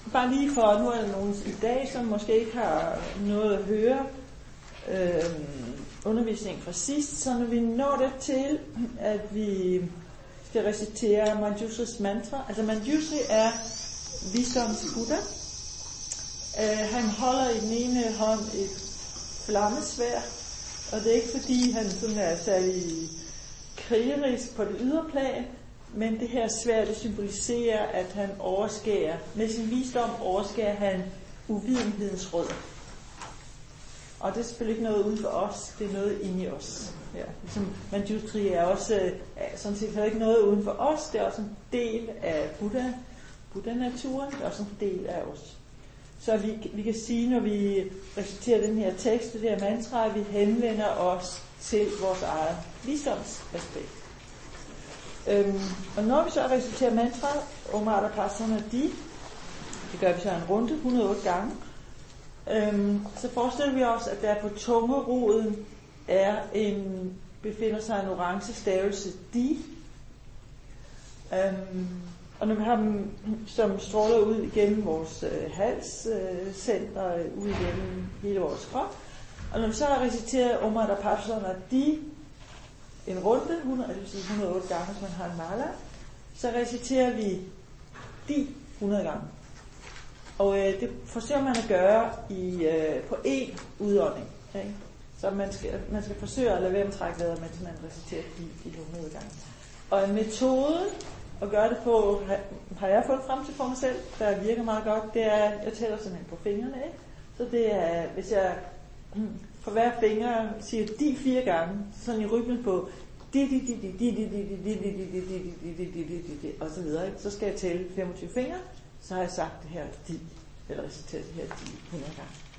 bare lige for, nu er der nogen i dag, som måske ikke har noget at høre undervisning fra sidst, så når vi når det til, at vi skal recitere Manjushris mantra. Altså Manjushri er visdoms Buddha. Han holder i den ene hånd et flammesværd, og det er ikke fordi han sådan er særlig krigerisk på det ydre plan, men det her sværd, det symboliserer, at han overskærer, med sin visdom overskærer han uvidenhedens rød. Og det er selvfølgelig ikke noget uden for os, det er noget inde i os. Ja, ligesom Manjushri er også sådan set ikke noget uden for os, det er også en del af Buddha-naturen, det er også en del af os. Så vi kan sige, når vi reciterer den her tekst, det her mantra, at vi henvender os til vores eget visdomsaspekt. Og når vi så reciterer mantraet, Om Adapasana Di, det gør vi så en runde 108 gange, så forestiller vi os, at der på tungeroden befinder sig en orange stavelse Di. Og når vi har dem, som stråler ud igennem vores halscenter, ud igennem hele vores krop, og når vi så har reciteret Om Adapasana Di en runde, det vil sige 108 gange, hvis man har en mala, så reciterer vi Di 100 gange. Og det forsøger man at gøre på én udånding. Okay? Så man skal forsøge at lade være med at trække vejret, mens man reciterer de 100 gange. Og en metode at gøre det på, har jeg fundet frem til for mig selv, der virker meget godt, det er, at jeg tæller simpelthen på fingrene. Ikke? Så det er, hvis jeg for hver finger siger Di 4 gange, sådan i rytmen på og så videre, ikke? Så skal jeg tælle 25 fingre, så har jeg sagt det her Di, eller reciteret det her Di 100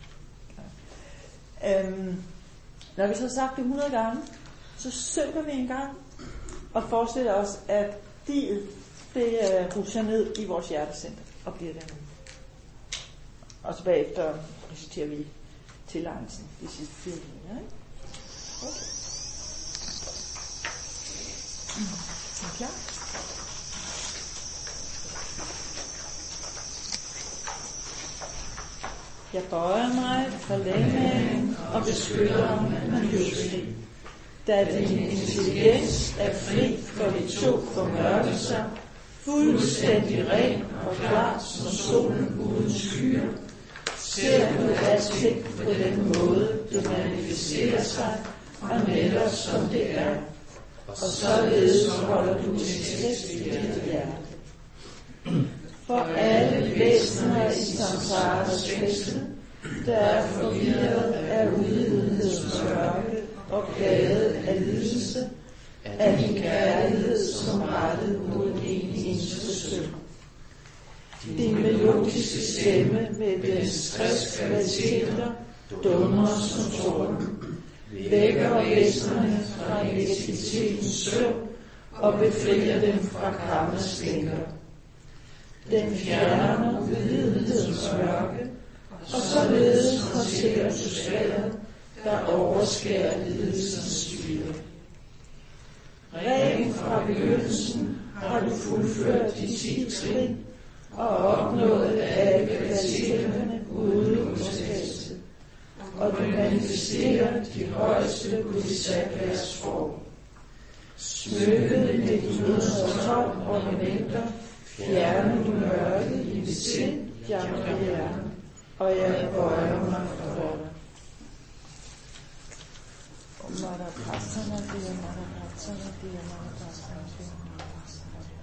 gange. Når vi så har sagt det 100 gange, så synker vi en gang og forestiller os, at Di'et, det rutscher ned i vores hjertecenter og bliver der nu. Og så bagefter reciterer vi tilegnelsen, de sidste 4 linjer. Ikke? Okay. Er I klar? Jeg bøjer mig for længden og beskytter Manjushri. Da din intelligens er fri for de 2 formørkelser, fuldstændig ren og klar som solen uden skyer, ser du alting på den måde, det manifesterer sig og netop som det er. Og således holder du til tekst i dit hjerte. For alle væsener i samsaras fængsel, der er forvirret af uvidenhedens mørke og plaget af lidelse, er din kærlighed som rettet mod en eneste søn. Din melodiske stemme med dens 60 kvaliteter dundrer som torden, vækker væsenerne fra negativitetens søvn og befrier dem fra karmas lænker. Den fjerner uvidenhedens mørke, og således håndterer du sværet, der overskærer lidelsens styre. Ren fra begyndelsen har du fuldført de 10 trin og opnået alle kvaliteterne uden undtagelse, og du manifesterer de højeste bodhisattvas form. Smykket med de 112 ornamenter fjerner du mørket i dit sind, jammer hjerne, og jeg bøjer mig for dig. Om Adapasana Di, Om Adapasana Di, Om Adapasana Di, Om Adapasana Di.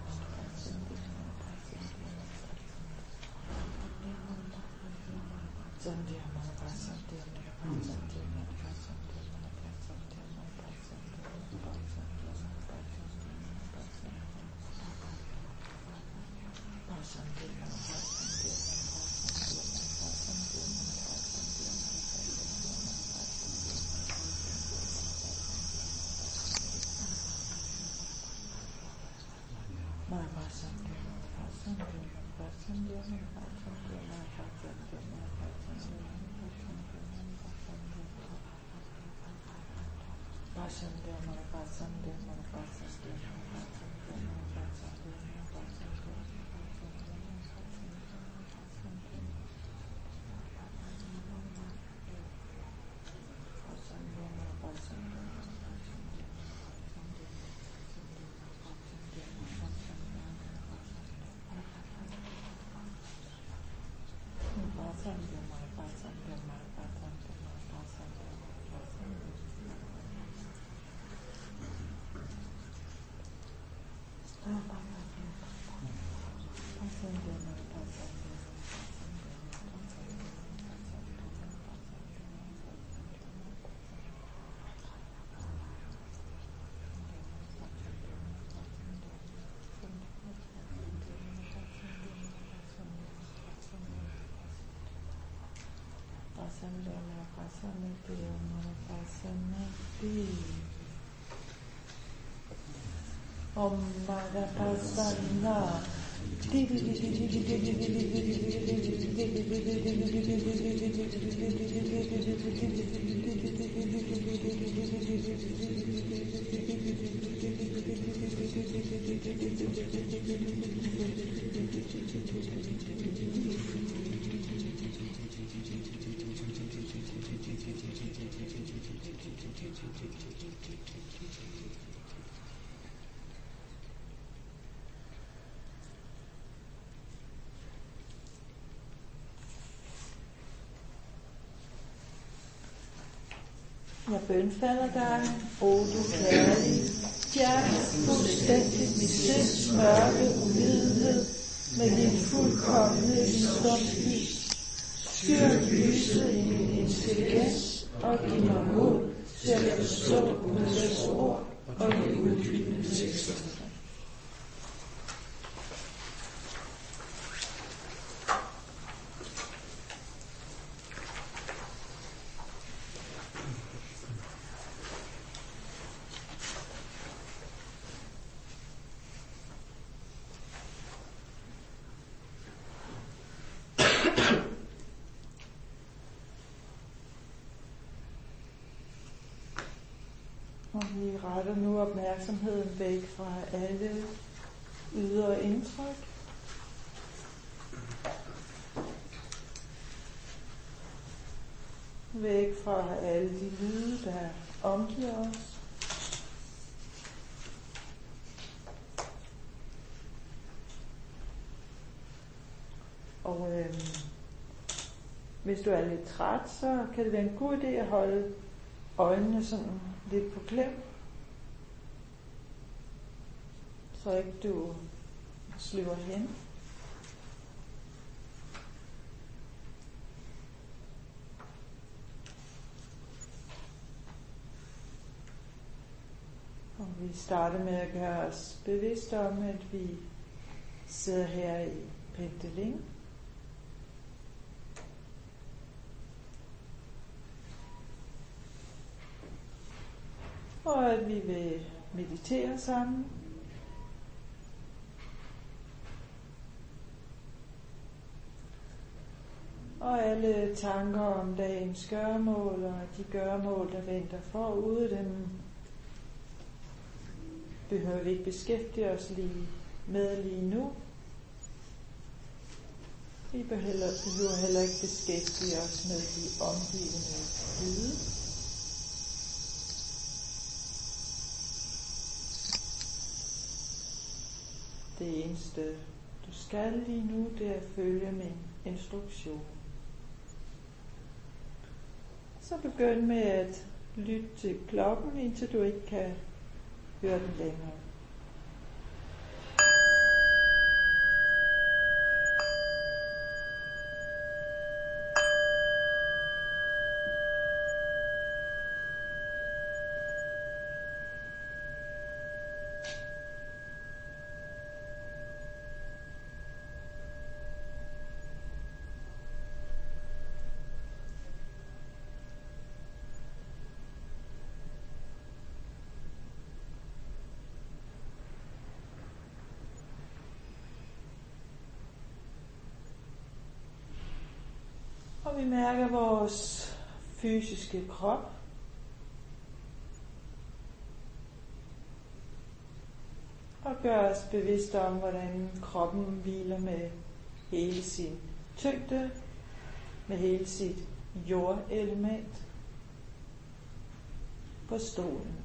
Om Madapasanna Jeg bønfalder dig, o du kærlige, fjern fuldstændigt mit sinds mørke uvidenhed med din fuldkommende visdomslys. Styrk lyset i min intelligens og giv mig mod til at forstå Guds ord og de uddybende tekster. Og vi retter nu opmærksomheden væk fra alle ydre indtryk. Væk fra alle de lyde, der omgiver os. Og hvis du er lidt træt, så kan det være en god idé at holde øjnene sådan lidt på klem, så ikke du sliver hen. Og vi starter med at gøre os bevidste om, at vi sidder her i Pendeling. Og at vi vil meditere sammen. Og alle tanker om dagens gøremål og de gøremål, der venter forud, dem behøver vi ikke beskæftige os lige nu. Vi behøver heller ikke beskæftige os med de omgivende lyde. Det eneste, du skal lige nu, det er at følge min instruktion. Så begynd med at lytte til klokken, indtil du ikke kan høre den længere. Og vi mærker vores fysiske krop. Og gør os bevidste om, hvordan kroppen hviler med hele sin tyngde, med hele sit jordelement på stolen.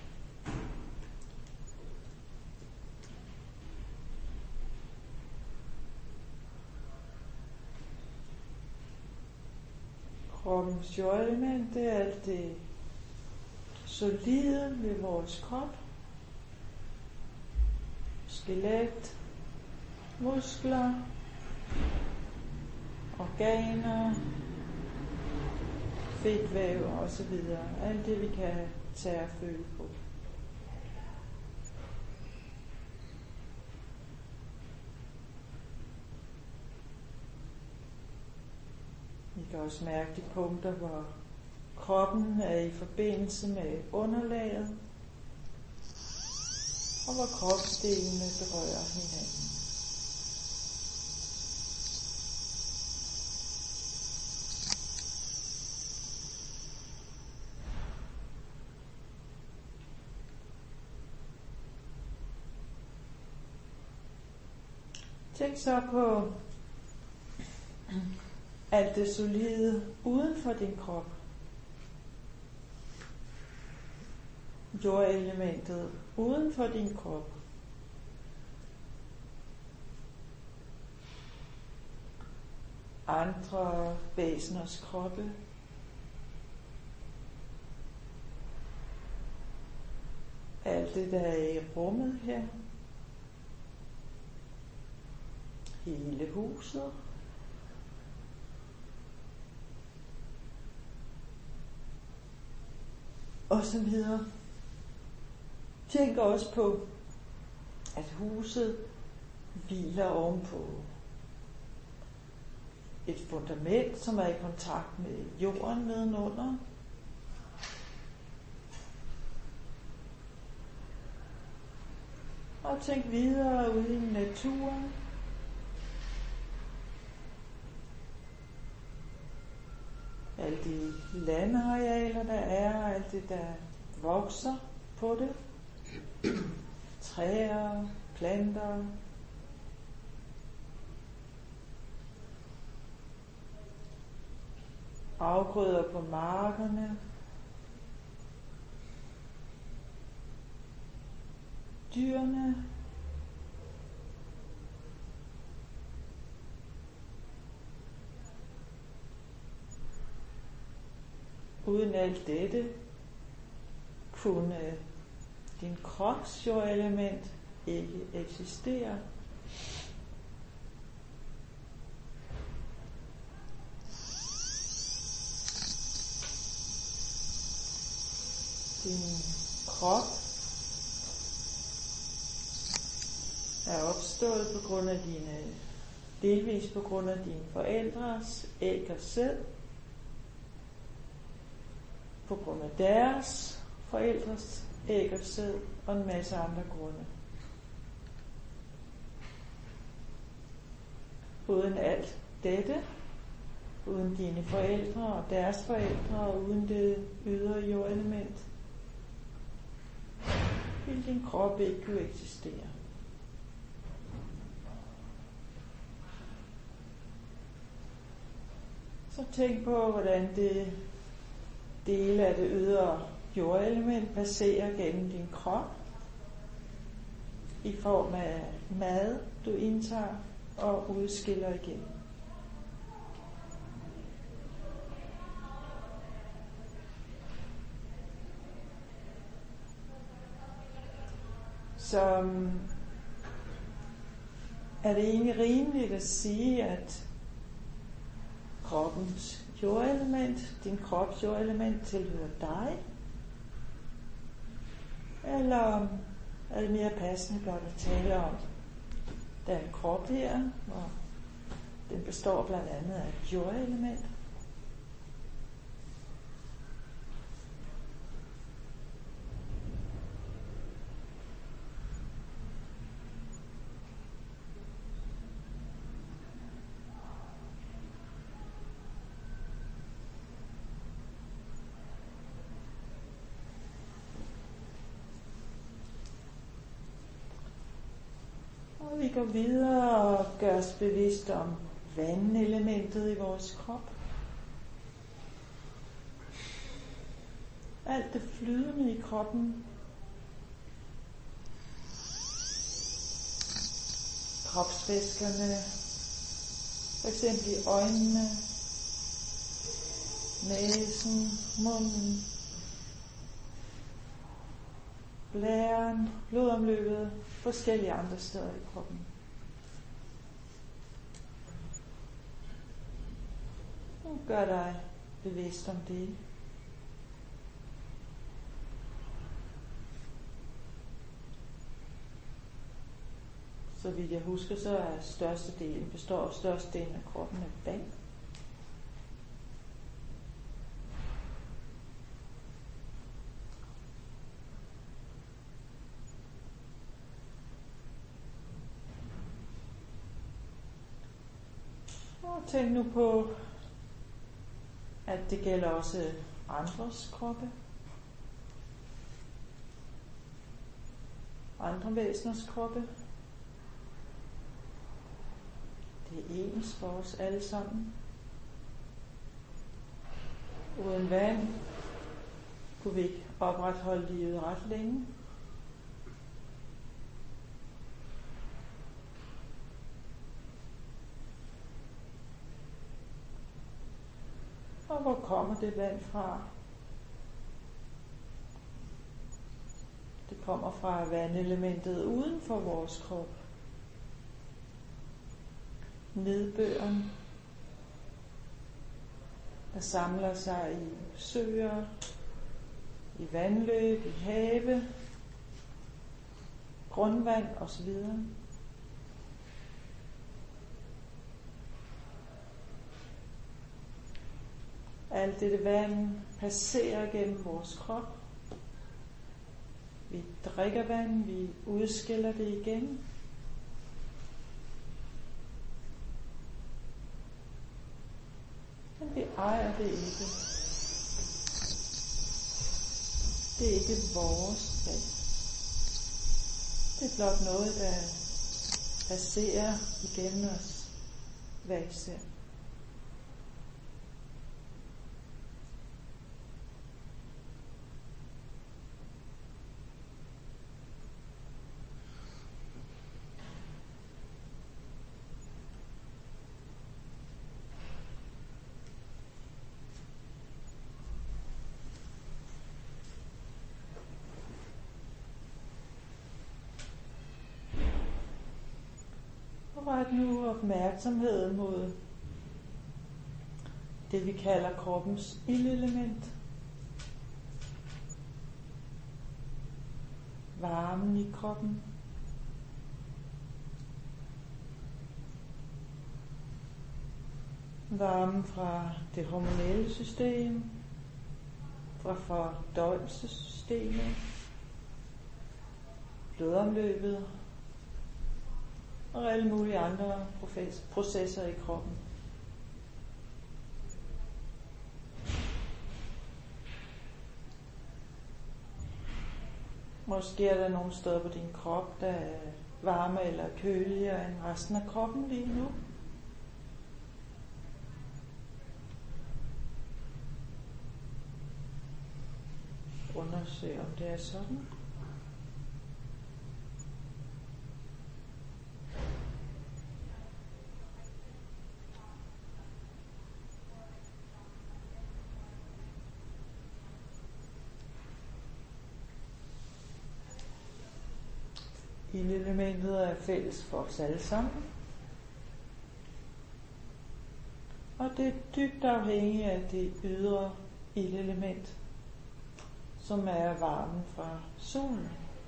Kroppens jordelement, det er alt det solide ved vores krop. Skelet, muskler, organer, fedtvæv og så videre. Alt det vi kan tage og føle på. Vi kan også mærke de punkter, hvor kroppen er i forbindelse med underlaget, og hvor kropsdelene berører hinanden. Tænk så på alt det solide uden for din krop. Jordelementet uden for din krop. Andre væseners kroppe. Alt det, der er i rummet her. Hele huset. Og så videre. Tænk også på, at huset hviler ovenpå et fundament, som er i kontakt med jorden nedenunder. Og tænk videre ude i naturen. Alle de landarealer, der er, alt det, der vokser på det. Træer, planter. Afgrøder på markerne. Dyrene. Uden alt dette kunne din krops jordelement ikke eksistere. Din krop er opstået på grund af delvis på grund af dine forældres æg og sæd, på grund af deres forældres æg og sæd og en masse andre grunde. Uden alt dette, uden dine forældre og deres forældre og uden det ydre jordelement, vil din krop ikke kunne eksistere. Så tænk på, hvordan det dele af det ydre jordelement passerer gennem din krop i form af mad, du indtager og udskiller igen. Så er det egentlig rimeligt at sige, at kroppens jordelement, din krops jordelement tilhører dig? Eller er det mere passende blot at tale om den krop her, og den består blandt andet af et jordelement? Vi går videre og gør os bevidst om vandelementet i vores krop. Alt det flydende i kroppen. Kropsvæskerne. For eksempel i øjnene, næsen, munden, blæren, blodomløbet, forskellige andre steder i kroppen. gør dig bevidst om det. Så vidt jeg husker, så er består størstedelen af kroppen af vand. Og tænk nu på, at det gælder også andres kroppe. Andre væseners kroppe. Det er ens for os alle sammen. Uden vand kunne vi ikke opretholde livet ret længe. Og hvor kommer det vand fra? Det kommer fra vandelementet uden for vores krop. Nedbøren, der samler sig i søer, i vandløb, i have, grundvand osv. Alt dette vand passerer gennem vores krop. Vi drikker vand, vi udskiller det igen. Men vi ejer det ikke. Det er ikke vores vand. Det er blot noget, der passerer igennem os hver især. Ret nu opmærksomhed mod det vi kalder kroppens ildelement. Varmen i kroppen. Varmen fra det hormonelle system, fra fordøjelsessystemet, blodomløbet og alle mulige andre processer i kroppen. Måske er der nogle steder på din krop, der er varme eller køligere end resten af kroppen lige nu. Undersøg, om det er sådan. Ildelementet er fælles for os alle sammen. Og det er dybt afhængigt af det ydre ildelement, som er varmen fra solen.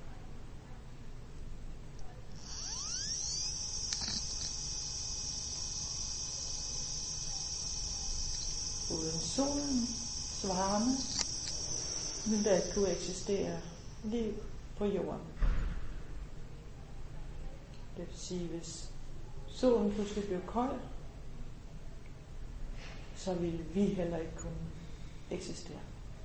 Uden solens varme vil der ikke kunne eksistere liv på jorden. Det vil sige, hvis solen pludselig blev kold, så ville vi heller ikke kunne eksistere.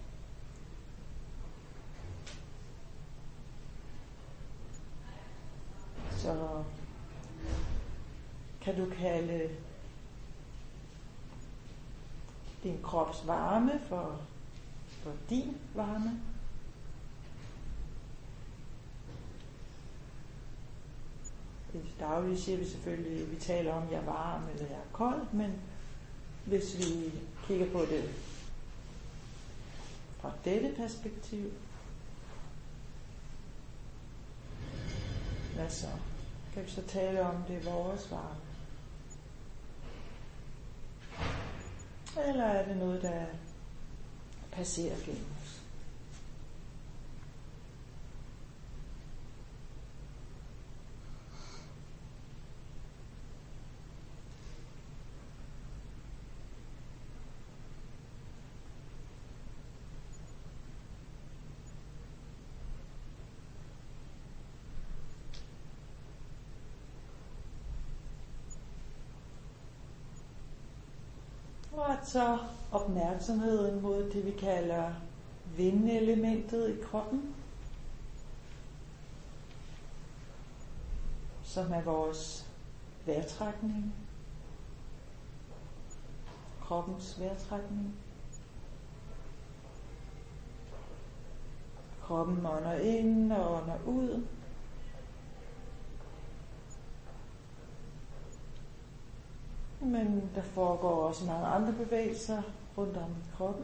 Så kan du kalde din krops varme for din varme. I det daglige siger vi selvfølgelig, at vi taler om, at jeg er varm eller jeg er kold, men hvis vi kigger på det fra dette perspektiv, hvad så? Kan vi så tale om, det er vores varme. Eller er det noget, der passerer gennem os? Og så opmærksomheden mod det, vi kalder vindelementet i kroppen, som er vores vejrtrækning, kroppens vejrtrækning. Kroppen ånder ind og ånder ud. Men der foregår også mange andre bevægelser rundt om i kroppen.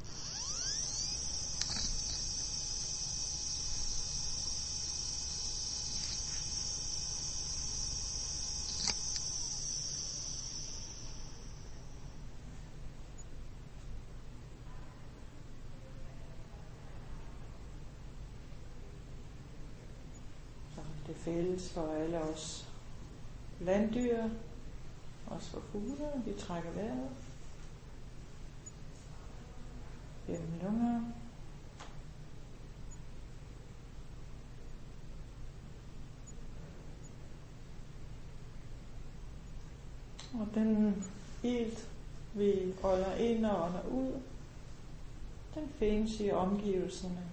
Så det er fælles for alle os landdyr. Også for fugle, vi trækker vejret gennem lunger. Og den ilt, vi ånder ind og ånder ud, den findes i omgivelserne.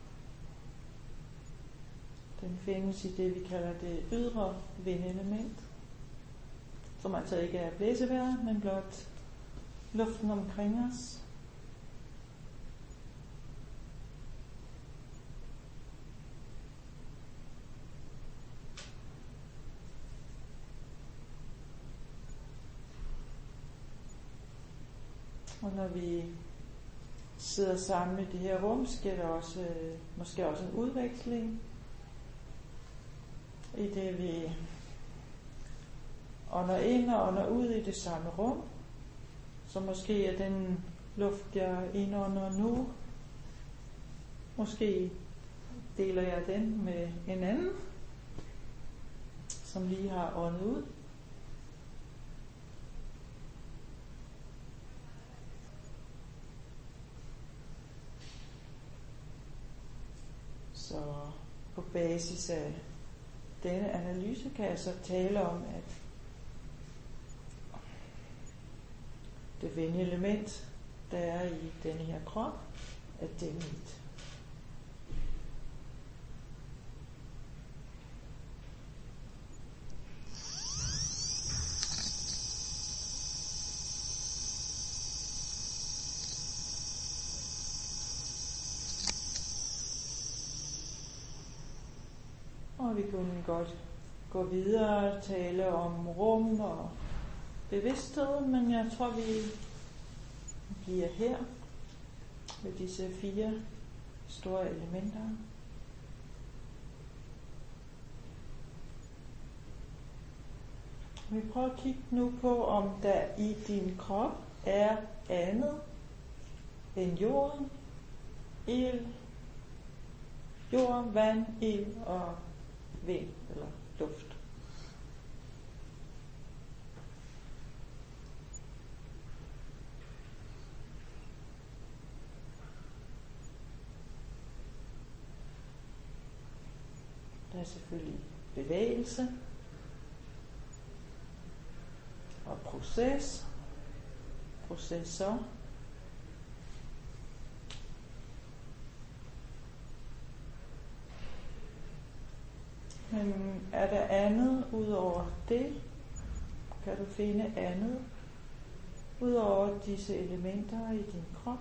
Den findes i det, vi kalder det ydre vindelement, som altså ikke er blæsevejr, men blot luften omkring os. Og når vi sidder sammen i det her rum, sker der også, måske også en udveksling i det, vi ånder ind og ånder ud i det samme rum. Så måske er den luft, jeg indånder nu, måske deler jeg den med en anden, som lige har åndet ud. Så på basis af denne analyse kan jeg så tale om, at det vindelement, der er i denne her krop, at det er mit. Og vi kunne godt gå videre og tale om rum og bevidsthed, men jeg tror, vi bliver her med disse 4 store elementer. Vi prøver at kigge nu på, om der i din krop er andet end jorden, ild, jord, vand, ild og vind eller luft. Der er selvfølgelig bevægelse og processer. Men er der andet ud over det? Kan du finde andet ud over disse elementer i din krop?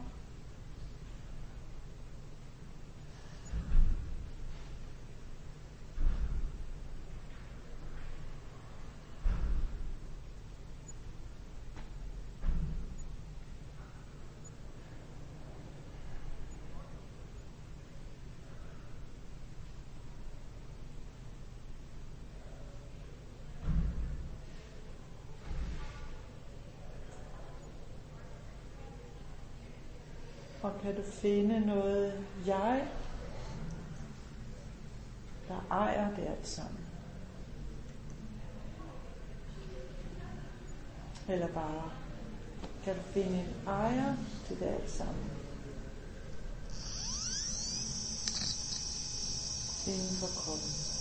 Og kan du finde noget jeg, der ejer det alt sammen? Eller bare, kan du finde en ejer til det alt sammen? Inden for kroppen.